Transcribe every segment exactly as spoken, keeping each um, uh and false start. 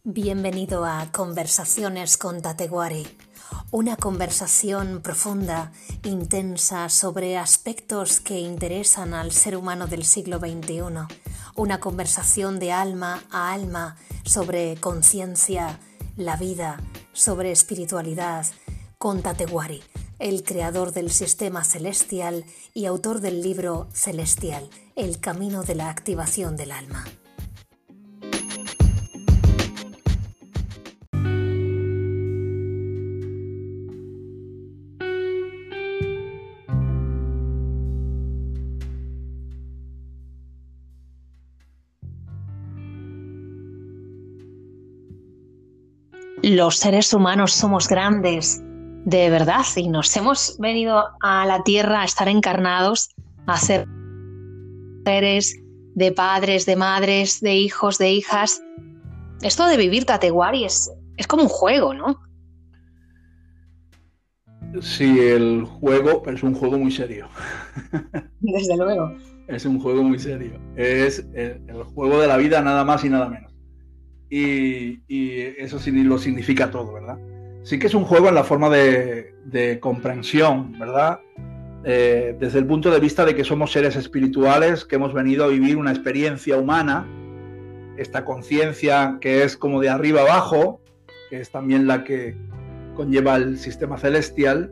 Bienvenido a Conversaciones con Tatewari, una conversación profunda, intensa sobre aspectos que interesan al ser humano del siglo veintiuno, una conversación de alma a alma sobre conciencia, la vida, sobre espiritualidad, con Tatewari, el creador del sistema celestial y autor del libro Celestial, El camino de la activación del alma. Los seres humanos somos grandes, de verdad, y nos hemos venido a la Tierra a estar encarnados, a ser seres de padres, de madres, de hijos, de hijas. Esto de vivir Tatewari es, es como un juego, ¿no? Sí, el juego es un juego muy serio. Desde luego. Es un juego muy serio. Es el, el juego de la vida, nada más y nada menos. Y, y eso sí lo significa todo, ¿verdad? Sí que es un juego en la forma de, de comprensión, ¿verdad? Eh, desde el punto de vista de que somos seres espirituales que hemos venido a vivir una experiencia humana, esta conciencia que es como de arriba abajo, que es también la que conlleva el sistema celestial,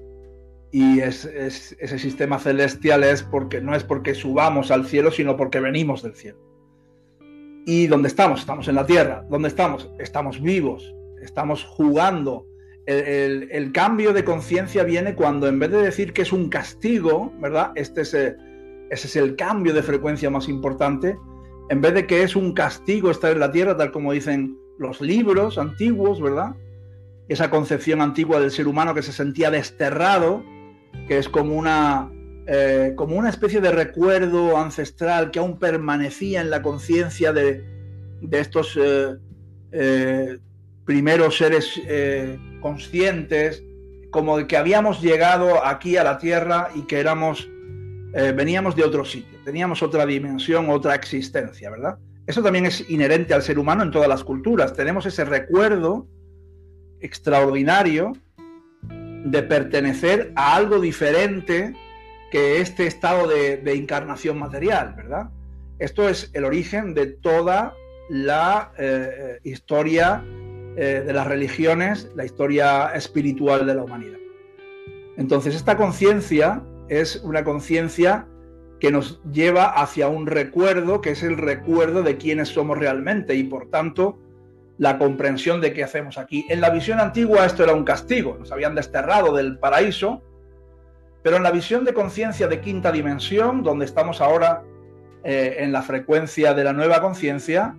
y es, es, ese sistema celestial es porque, no es porque subamos al cielo, sino porque venimos del cielo. ¿Y dónde estamos? Estamos en la Tierra. ¿Dónde estamos? Estamos vivos, estamos jugando. El, el, el cambio de conciencia viene cuando, en vez de decir que es un castigo, ¿verdad? Este es el, ese es el cambio de frecuencia más importante. En vez de que es un castigo estar en la Tierra, tal como dicen los libros antiguos, ¿verdad? Esa concepción antigua del ser humano que se sentía desterrado, que es como una... Eh, como una especie de recuerdo ancestral que aún permanecía en la conciencia de, de estos eh, eh, primeros seres eh, conscientes, como de que habíamos llegado aquí a la Tierra y que éramos, eh, veníamos de otro sitio, teníamos otra dimensión, otra existencia, ¿verdad? Eso también es inherente al ser humano en todas las culturas. Tenemos ese recuerdo extraordinario de pertenecer a algo diferente que este estado de, de encarnación material, ¿verdad? Esto es el origen de toda la eh, historia eh, de las religiones, la historia espiritual de la humanidad. Entonces, esta conciencia es una conciencia que nos lleva hacia un recuerdo, que es el recuerdo de quiénes somos realmente, y por tanto, la comprensión de qué hacemos aquí. En la visión antigua esto era un castigo, nos habían desterrado del paraíso. Pero en la visión de conciencia de quinta dimensión, donde estamos ahora eh, en la frecuencia de la nueva conciencia,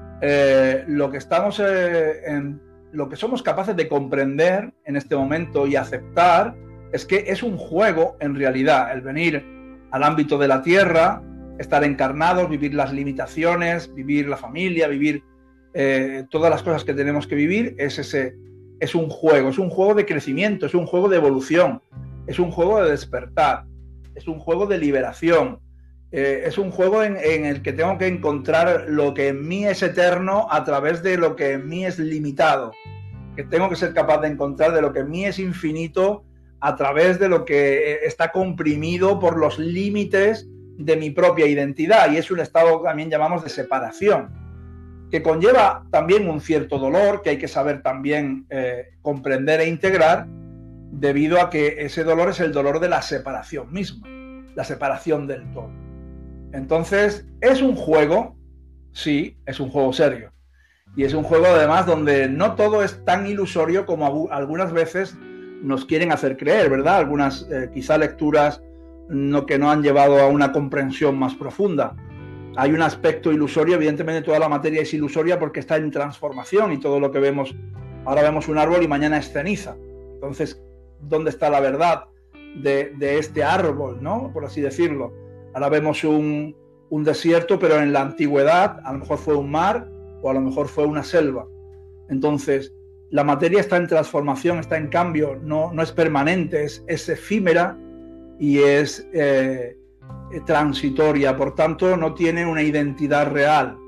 eh, lo que estamos eh, en, lo que somos capaces de comprender en este momento y aceptar es que es un juego en realidad, el venir al ámbito de la Tierra, estar encarnados, vivir las limitaciones, vivir la familia, vivir eh, todas las cosas que tenemos que vivir, es, ese, es un juego, es un juego de crecimiento, es un juego de evolución. Es un juego de despertar, es un juego de liberación, eh, es un juego en, en el que tengo que encontrar lo que en mí es eterno a través de lo que en mí es limitado, que tengo que ser capaz de encontrar de lo que en mí es infinito a través de lo que está comprimido por los límites de mi propia identidad, y es un estado que también llamamos de separación, que conlleva también un cierto dolor que hay que saber también eh, comprender e integrar, debido a que ese dolor es el dolor de la separación misma, la separación del todo. Entonces, es un juego, sí, es un juego serio. Y es un juego además donde no todo es tan ilusorio como algunas veces nos quieren hacer creer, ¿verdad? Algunas eh, quizá lecturas no, que no han llevado a una comprensión más profunda. Hay un aspecto ilusorio, evidentemente toda la materia es ilusoria porque está en transformación, y todo lo que vemos, ahora vemos un árbol y mañana es ceniza. Entonces, ¿dónde está la verdad de, de este árbol, ¿no? Por así decirlo. Ahora vemos un, un desierto, pero en la antigüedad a lo mejor fue un mar o a lo mejor fue una selva. Entonces, la materia está en transformación, está en cambio, no, no es permanente, es, es efímera y es eh, transitoria, por tanto no tiene una identidad real.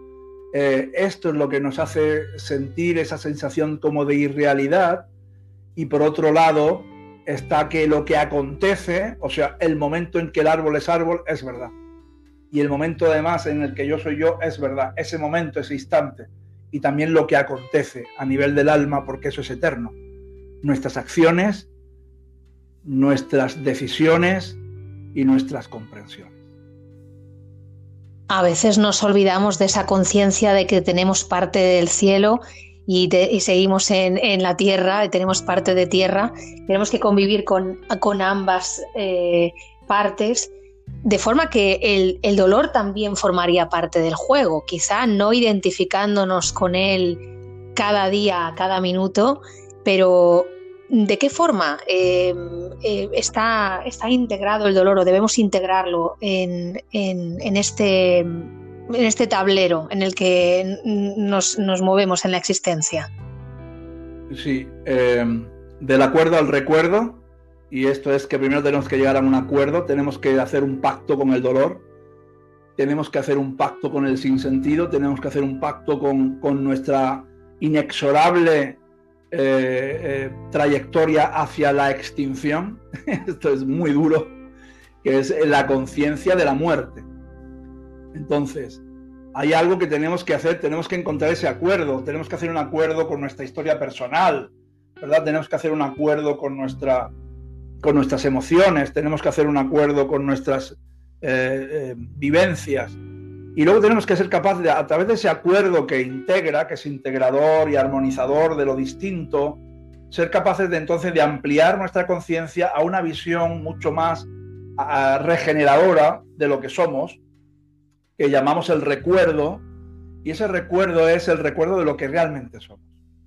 eh, esto es lo que nos hace sentir esa sensación como de irrealidad, y por otro lado está que lo que acontece, o sea, el momento en que el árbol es árbol, es verdad. Y el momento además en el que yo soy yo es verdad, ese momento, ese instante. Y también lo que acontece a nivel del alma, porque eso es eterno. Nuestras acciones, nuestras decisiones y nuestras comprensiones. A veces nos olvidamos de esa conciencia de que tenemos parte del cielo y, de, y seguimos en, en la tierra, y tenemos parte de tierra. Tenemos que convivir con, con ambas eh, partes, de forma que el, el dolor también formaría parte del juego, quizá no identificándonos con él cada día, cada minuto, pero ¿de qué forma eh, eh, está, está integrado el dolor, o debemos integrarlo en, en, en, este, en este tablero en el que nos, nos movemos en la existencia? Sí, eh, del acuerdo al recuerdo. Y esto es que primero tenemos que llegar a un acuerdo, tenemos que hacer un pacto con el dolor, tenemos que hacer un pacto con el sinsentido, tenemos que hacer un pacto con, con nuestra inexorable eh, eh, trayectoria hacia la extinción. Esto es muy duro, que es la conciencia de la muerte. Entonces, hay algo que tenemos que hacer, tenemos que encontrar ese acuerdo, tenemos que hacer un acuerdo con nuestra historia personal, ¿verdad? Tenemos que hacer un acuerdo con nuestra... con nuestras emociones, tenemos que hacer un acuerdo con nuestras eh, eh, vivencias, y luego tenemos que ser capaces de, a través de ese acuerdo que integra, que es integrador y armonizador de lo distinto, ser capaces de entonces de ampliar nuestra conciencia a una visión mucho más a, regeneradora de lo que somos, que llamamos el recuerdo, y ese recuerdo es el recuerdo de lo que realmente somos.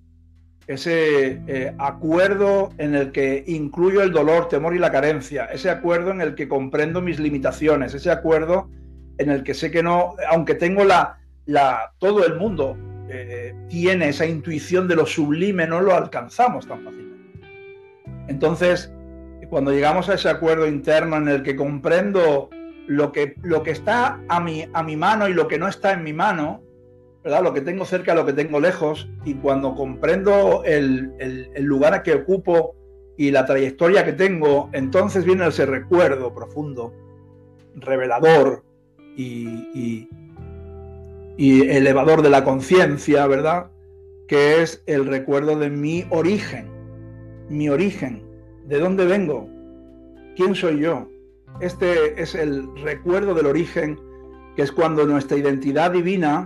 Ese eh, acuerdo en el que incluyo el dolor, temor y la carencia, ese acuerdo en el que comprendo mis limitaciones, ese acuerdo en el que sé que no, aunque tengo la, la todo el mundo eh, tiene esa intuición de lo sublime, no lo alcanzamos tan fácilmente. Entonces, cuando llegamos a ese acuerdo interno en el que comprendo lo que, lo que está a mi, a mi mano y lo que no está en mi mano, ¿verdad? Lo que tengo cerca, lo que tengo lejos, y cuando comprendo el, el, el lugar a que ocupo y la trayectoria que tengo, entonces viene ese recuerdo profundo, revelador y, y, y elevador de la conciencia, ¿verdad? Que es el recuerdo de mi origen, mi origen, ¿de dónde vengo? ¿Quién soy yo? Este es el recuerdo del origen, que es cuando nuestra identidad divina,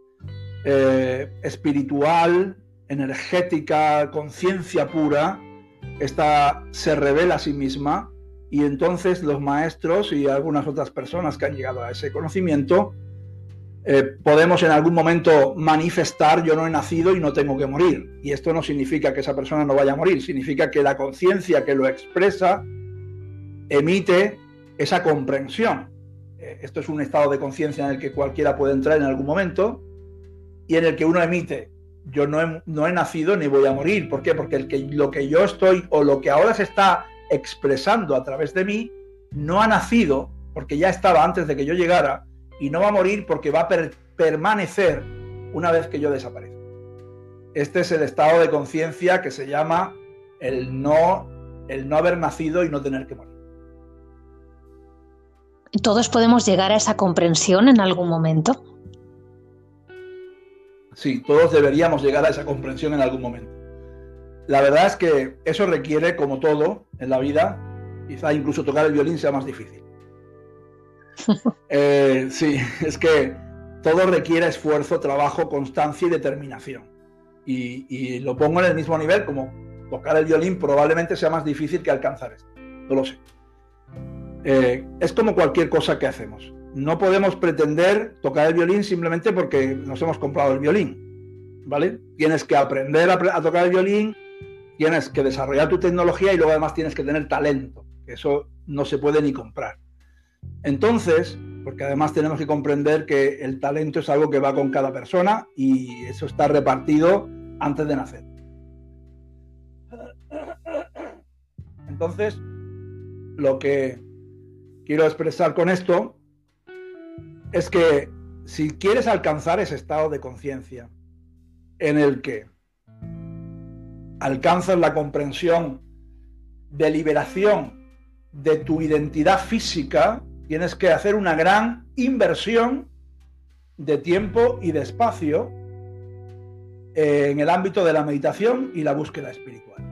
Eh, espiritual, energética, conciencia pura, esta se revela a sí misma, y entonces los maestros y algunas otras personas que han llegado a ese conocimiento eh, podemos en algún momento manifestar: yo no he nacido y no tengo que morir. Y esto no significa que esa persona no vaya a morir, significa que la conciencia que lo expresa emite esa comprensión. Eh, esto es un estado de conciencia en el que cualquiera puede entrar en algún momento, y en el que uno emite: yo no he, no he nacido ni voy a morir. ¿Por qué? Porque el que, lo que yo estoy, o lo que ahora se está expresando a través de mí, no ha nacido porque ya estaba antes de que yo llegara, y no va a morir porque va a per, permanecer una vez que yo desaparezca. Este es el estado de conciencia que se llama el no, el no haber nacido y no tener que morir. ¿Todos podemos llegar a esa comprensión en algún momento? Sí, todos deberíamos llegar a esa comprensión en algún momento. La verdad es que eso requiere, como todo en la vida, quizá incluso tocar el violín sea más difícil. Eh, sí, es que todo requiere esfuerzo, trabajo, constancia y determinación. Y, y lo pongo en el mismo nivel, como tocar el violín probablemente sea más difícil que alcanzar esto. No lo sé. Eh, es como cualquier cosa que hacemos. No podemos pretender tocar el violín simplemente porque nos hemos comprado el violín, ¿vale? Tienes que aprender a, a tocar el violín, tienes que desarrollar tu tecnología, y luego además tienes que tener talento. Eso no se puede ni comprar. Entonces, porque además tenemos que comprender que el talento es algo que va con cada persona, y eso está repartido antes de nacer. Entonces, lo que quiero expresar con esto es que si quieres alcanzar ese estado de conciencia en el que alcanzas la comprensión de liberación de tu identidad física, tienes que hacer una gran inversión de tiempo y de espacio en el ámbito de la meditación y la búsqueda espiritual.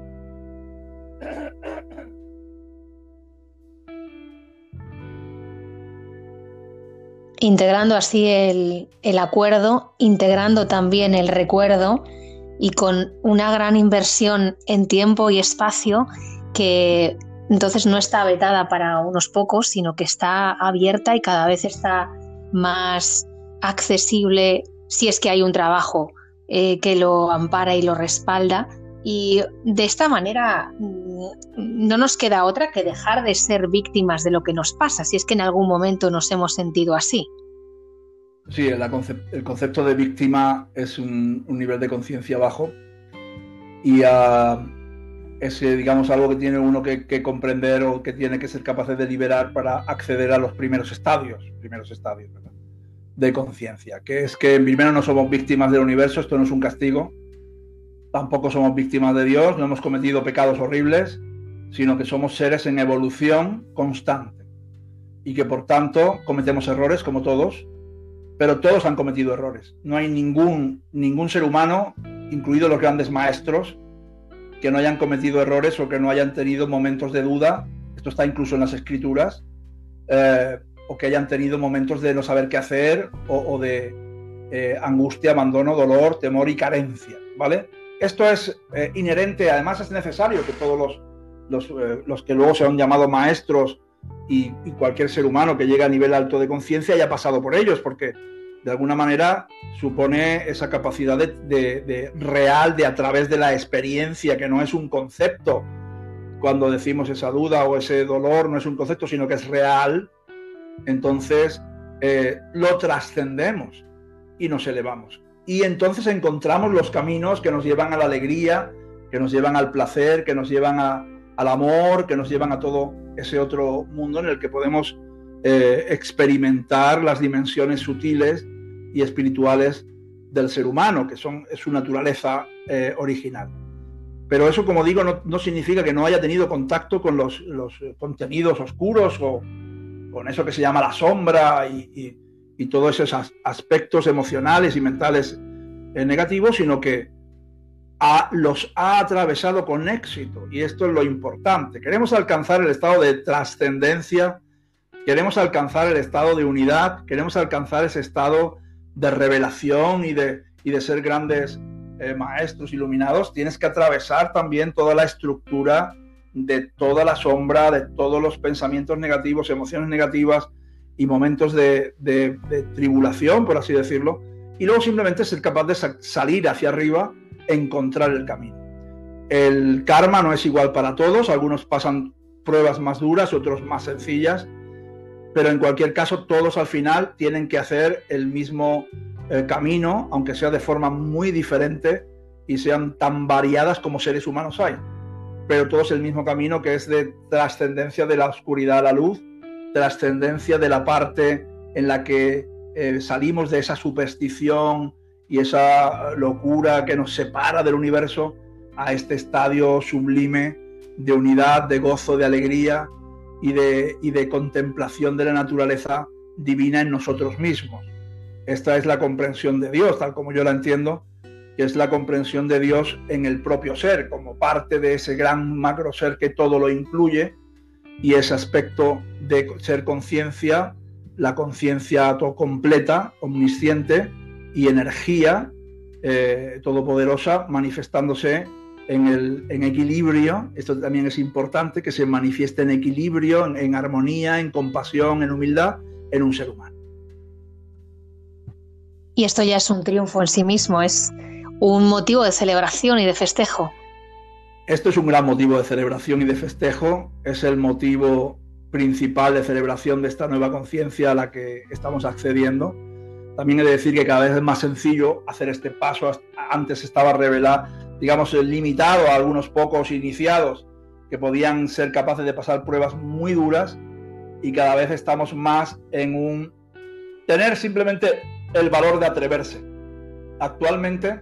Integrando así el, el acuerdo, integrando también el recuerdo y con una gran inversión en tiempo y espacio que entonces no está vetada para unos pocos, sino que está abierta y cada vez está más accesible si es que hay un trabajo eh, que lo ampara y lo respalda. Y de esta manera no nos queda otra que dejar de ser víctimas de lo que nos pasa, si es que en algún momento nos hemos sentido así. Sí, el, concep- el concepto de víctima es un, un nivel de conciencia bajo y uh, es, digamos, algo que tiene uno que, que comprender o que tiene que ser capaz de liberar para acceder a los primeros estadios, primeros estadios, ¿verdad?, de conciencia, que es que primero no somos víctimas del universo, esto no es un castigo, tampoco somos víctimas de Dios, no hemos cometido pecados horribles, sino que somos seres en evolución constante y que por tanto cometemos errores como todos, pero todos han cometido errores. No hay ningún, ningún ser humano, incluidos los grandes maestros, que no hayan cometido errores o que no hayan tenido momentos de duda, esto está incluso en las escrituras, eh, o que hayan tenido momentos de no saber qué hacer o, o de eh, angustia, abandono, dolor, temor y carencia, ¿vale? Esto es eh, inherente, además es necesario que todos los, los, eh, los que luego se han llamado maestros y, y cualquier ser humano que llegue a nivel alto de conciencia haya pasado por ellos, porque de alguna manera supone esa capacidad de, de, de real, de a través de la experiencia, que no es un concepto. Cuando decimos esa duda o ese dolor, no es un concepto, sino que es real. Entonces eh, lo trascendemos y nos elevamos. Y entonces encontramos los caminos que nos llevan a la alegría, que nos llevan al placer, que nos llevan a, al amor, que nos llevan a todo ese otro mundo en el que podemos eh, experimentar las dimensiones sutiles y espirituales del ser humano, que son es su naturaleza eh, original. Pero eso, como digo, no, no significa que no haya tenido contacto con los, los contenidos oscuros o con eso que se llama la sombra y, y y todos esos aspectos emocionales y mentales eh, negativos, sino que ha, los ha atravesado con éxito. Y esto es lo importante. Queremos alcanzar el estado de trascendencia, queremos alcanzar el estado de unidad, queremos alcanzar ese estado de revelación y de, y de ser grandes eh, maestros iluminados. Tienes que atravesar también toda la estructura de toda la sombra, de todos los pensamientos negativos, emociones negativas, y momentos de, de, de tribulación, por así decirlo, y luego simplemente ser capaz de sa- salir hacia arriba, encontrar el camino. El karma no es igual para todos, algunos pasan pruebas más duras, otros más sencillas, pero en cualquier caso todos al final tienen que hacer el mismo eh, camino, aunque sea de forma muy diferente y sean tan variadas como seres humanos hay, pero todos el mismo camino, que es de trascendencia de la oscuridad a la luz, trascendencia de la parte en la que eh, salimos de esa superstición y esa locura que nos separa del universo a este estadio sublime de unidad, de gozo, de alegría y de, y de contemplación de la naturaleza divina en nosotros mismos. Esta es la comprensión de Dios, tal como yo la entiendo, que es la comprensión de Dios en el propio ser, como parte de ese gran macro ser que todo lo incluye. Y ese aspecto de ser conciencia, la conciencia completa, omnisciente y energía eh, todopoderosa manifestándose en, el, en equilibrio. Esto también es importante, que se manifieste en equilibrio, en, en armonía, en compasión, en humildad, en un ser humano. Y esto ya es un triunfo en sí mismo, es un motivo de celebración y de festejo. Esto es un gran motivo de celebración y de festejo, es el motivo principal de celebración de esta nueva conciencia a la que estamos accediendo. También he de decir que cada vez es más sencillo hacer este paso. Antes estaba revelado, digamos, limitado a algunos pocos iniciados que podían ser capaces de pasar pruebas muy duras, y cada vez estamos más en un tener simplemente el valor de atreverse. Actualmente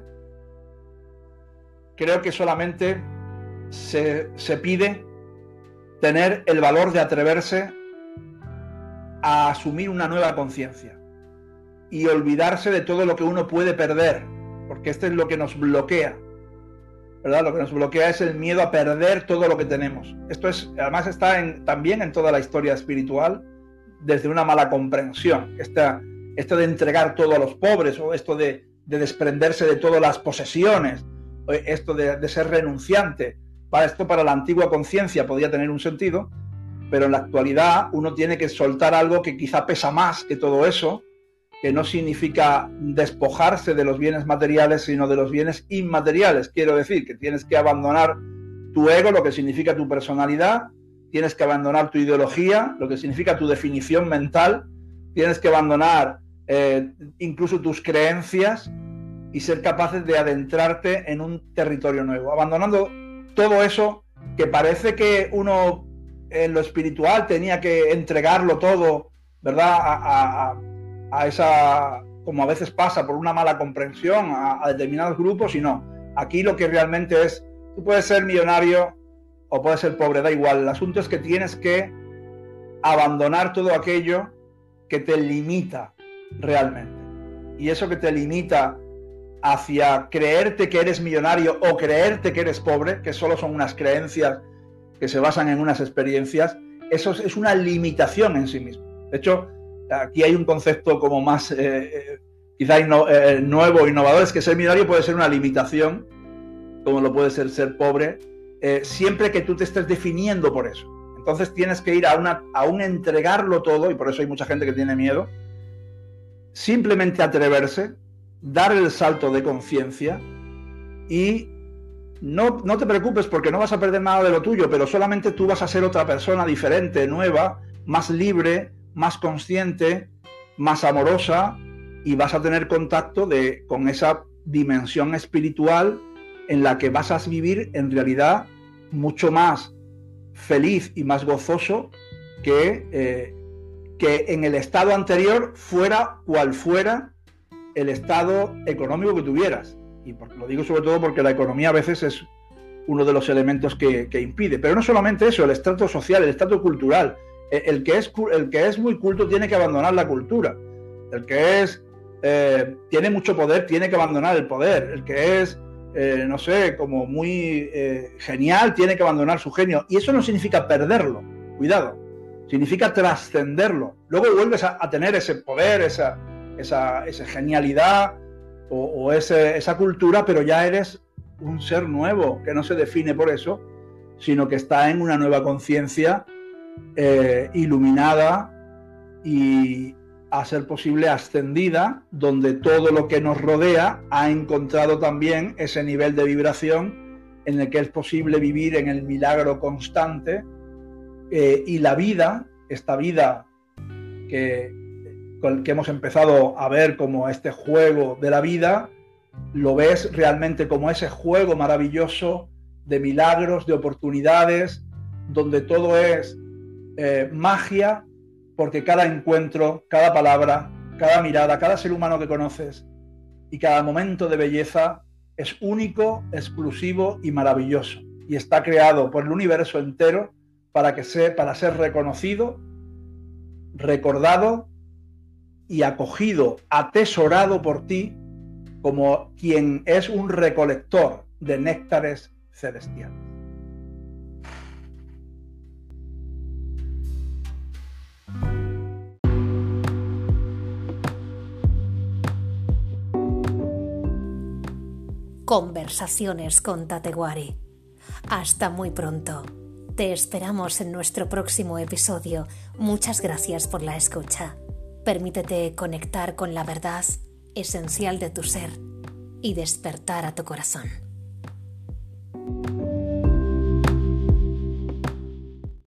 creo que solamente se, se pide tener el valor de atreverse a asumir una nueva conciencia y olvidarse de todo lo que uno puede perder, porque esto es lo que nos bloquea, ¿verdad? Lo que nos bloquea es el miedo a perder todo lo que tenemos. Esto es, además está en, también en toda la historia espiritual, desde una mala comprensión. Esta, esto de entregar todo a los pobres, o esto de, de desprenderse de todas las posesiones, o esto de, de ser renunciante. Para esto, para la antigua conciencia podía tener un sentido, pero en la actualidad uno tiene que soltar algo que quizá pesa más que todo eso, que no significa despojarse de los bienes materiales, sino de los bienes inmateriales. Quiero decir que tienes que abandonar tu ego, lo que significa tu personalidad, tienes que abandonar tu ideología, lo que significa tu definición mental, tienes que abandonar eh, incluso tus creencias y ser capaces de adentrarte en un territorio nuevo, abandonando todo eso que parece que uno en lo espiritual tenía que entregarlo todo, ¿verdad? A, a, a esa, como a veces pasa por una mala comprensión a, a determinados grupos, y no. Aquí lo que realmente es, tú puedes ser millonario o puedes ser pobre, da igual. El asunto es que tienes que abandonar todo aquello que te limita realmente. Y eso que te limita hacia creerte que eres millonario o creerte que eres pobre, que solo son unas creencias que se basan en unas experiencias, eso es una limitación en sí mismo. De hecho, aquí hay un concepto como más eh, eh, quizá inno, eh, nuevo, innovador, es que ser millonario puede ser una limitación, como lo puede ser ser pobre, eh, siempre que tú te estés definiendo por eso. Entonces tienes que ir a, una, a un entregarlo todo, y por eso hay mucha gente que tiene miedo, simplemente atreverse, dar el salto de conciencia y no, no te preocupes porque no vas a perder nada de lo tuyo, pero solamente tú vas a ser otra persona diferente, nueva, más libre, más consciente, más amorosa, y vas a tener contacto de, con esa dimensión espiritual en la que vas a vivir en realidad mucho más feliz y más gozoso que, eh, que en el estado anterior, fuera cual fuera el estado económico que tuvieras. Y lo digo sobre todo porque la economía a veces es uno de los elementos que, que impide. Pero no solamente eso, el estrato social, el estrato cultural. El que es, el que es muy culto tiene que abandonar la cultura. El que es eh, tiene mucho poder tiene que abandonar el poder. El que es, eh, no sé, como muy eh, genial tiene que abandonar su genio. Y eso no significa perderlo, cuidado. Significa trascenderlo. Luego vuelves a, a tener ese poder, esa, esa, esa genialidad o, o ese, esa cultura, pero ya eres un ser nuevo que no se define por eso, sino que está en una nueva conciencia eh, iluminada y, a ser posible, ascendida, donde todo lo que nos rodea ha encontrado también ese nivel de vibración en el que es posible vivir en el milagro constante, eh, y la vida, esta vida que, que hemos empezado a ver como este juego de la vida, lo ves realmente como ese juego maravilloso de milagros, de oportunidades, donde todo es eh, magia, porque cada encuentro, cada palabra, cada mirada, cada ser humano que conoces y cada momento de belleza es único, exclusivo y maravilloso. Y está creado por el universo entero para, que sea, para ser reconocido, recordado y acogido, atesorado por ti como quien es un recolector de néctares celestiales. Conversaciones con Tatewari. Hasta muy pronto. Te esperamos en nuestro próximo episodio. Muchas gracias por la escucha. Permítete conectar con la verdad esencial de tu ser y despertar a tu corazón.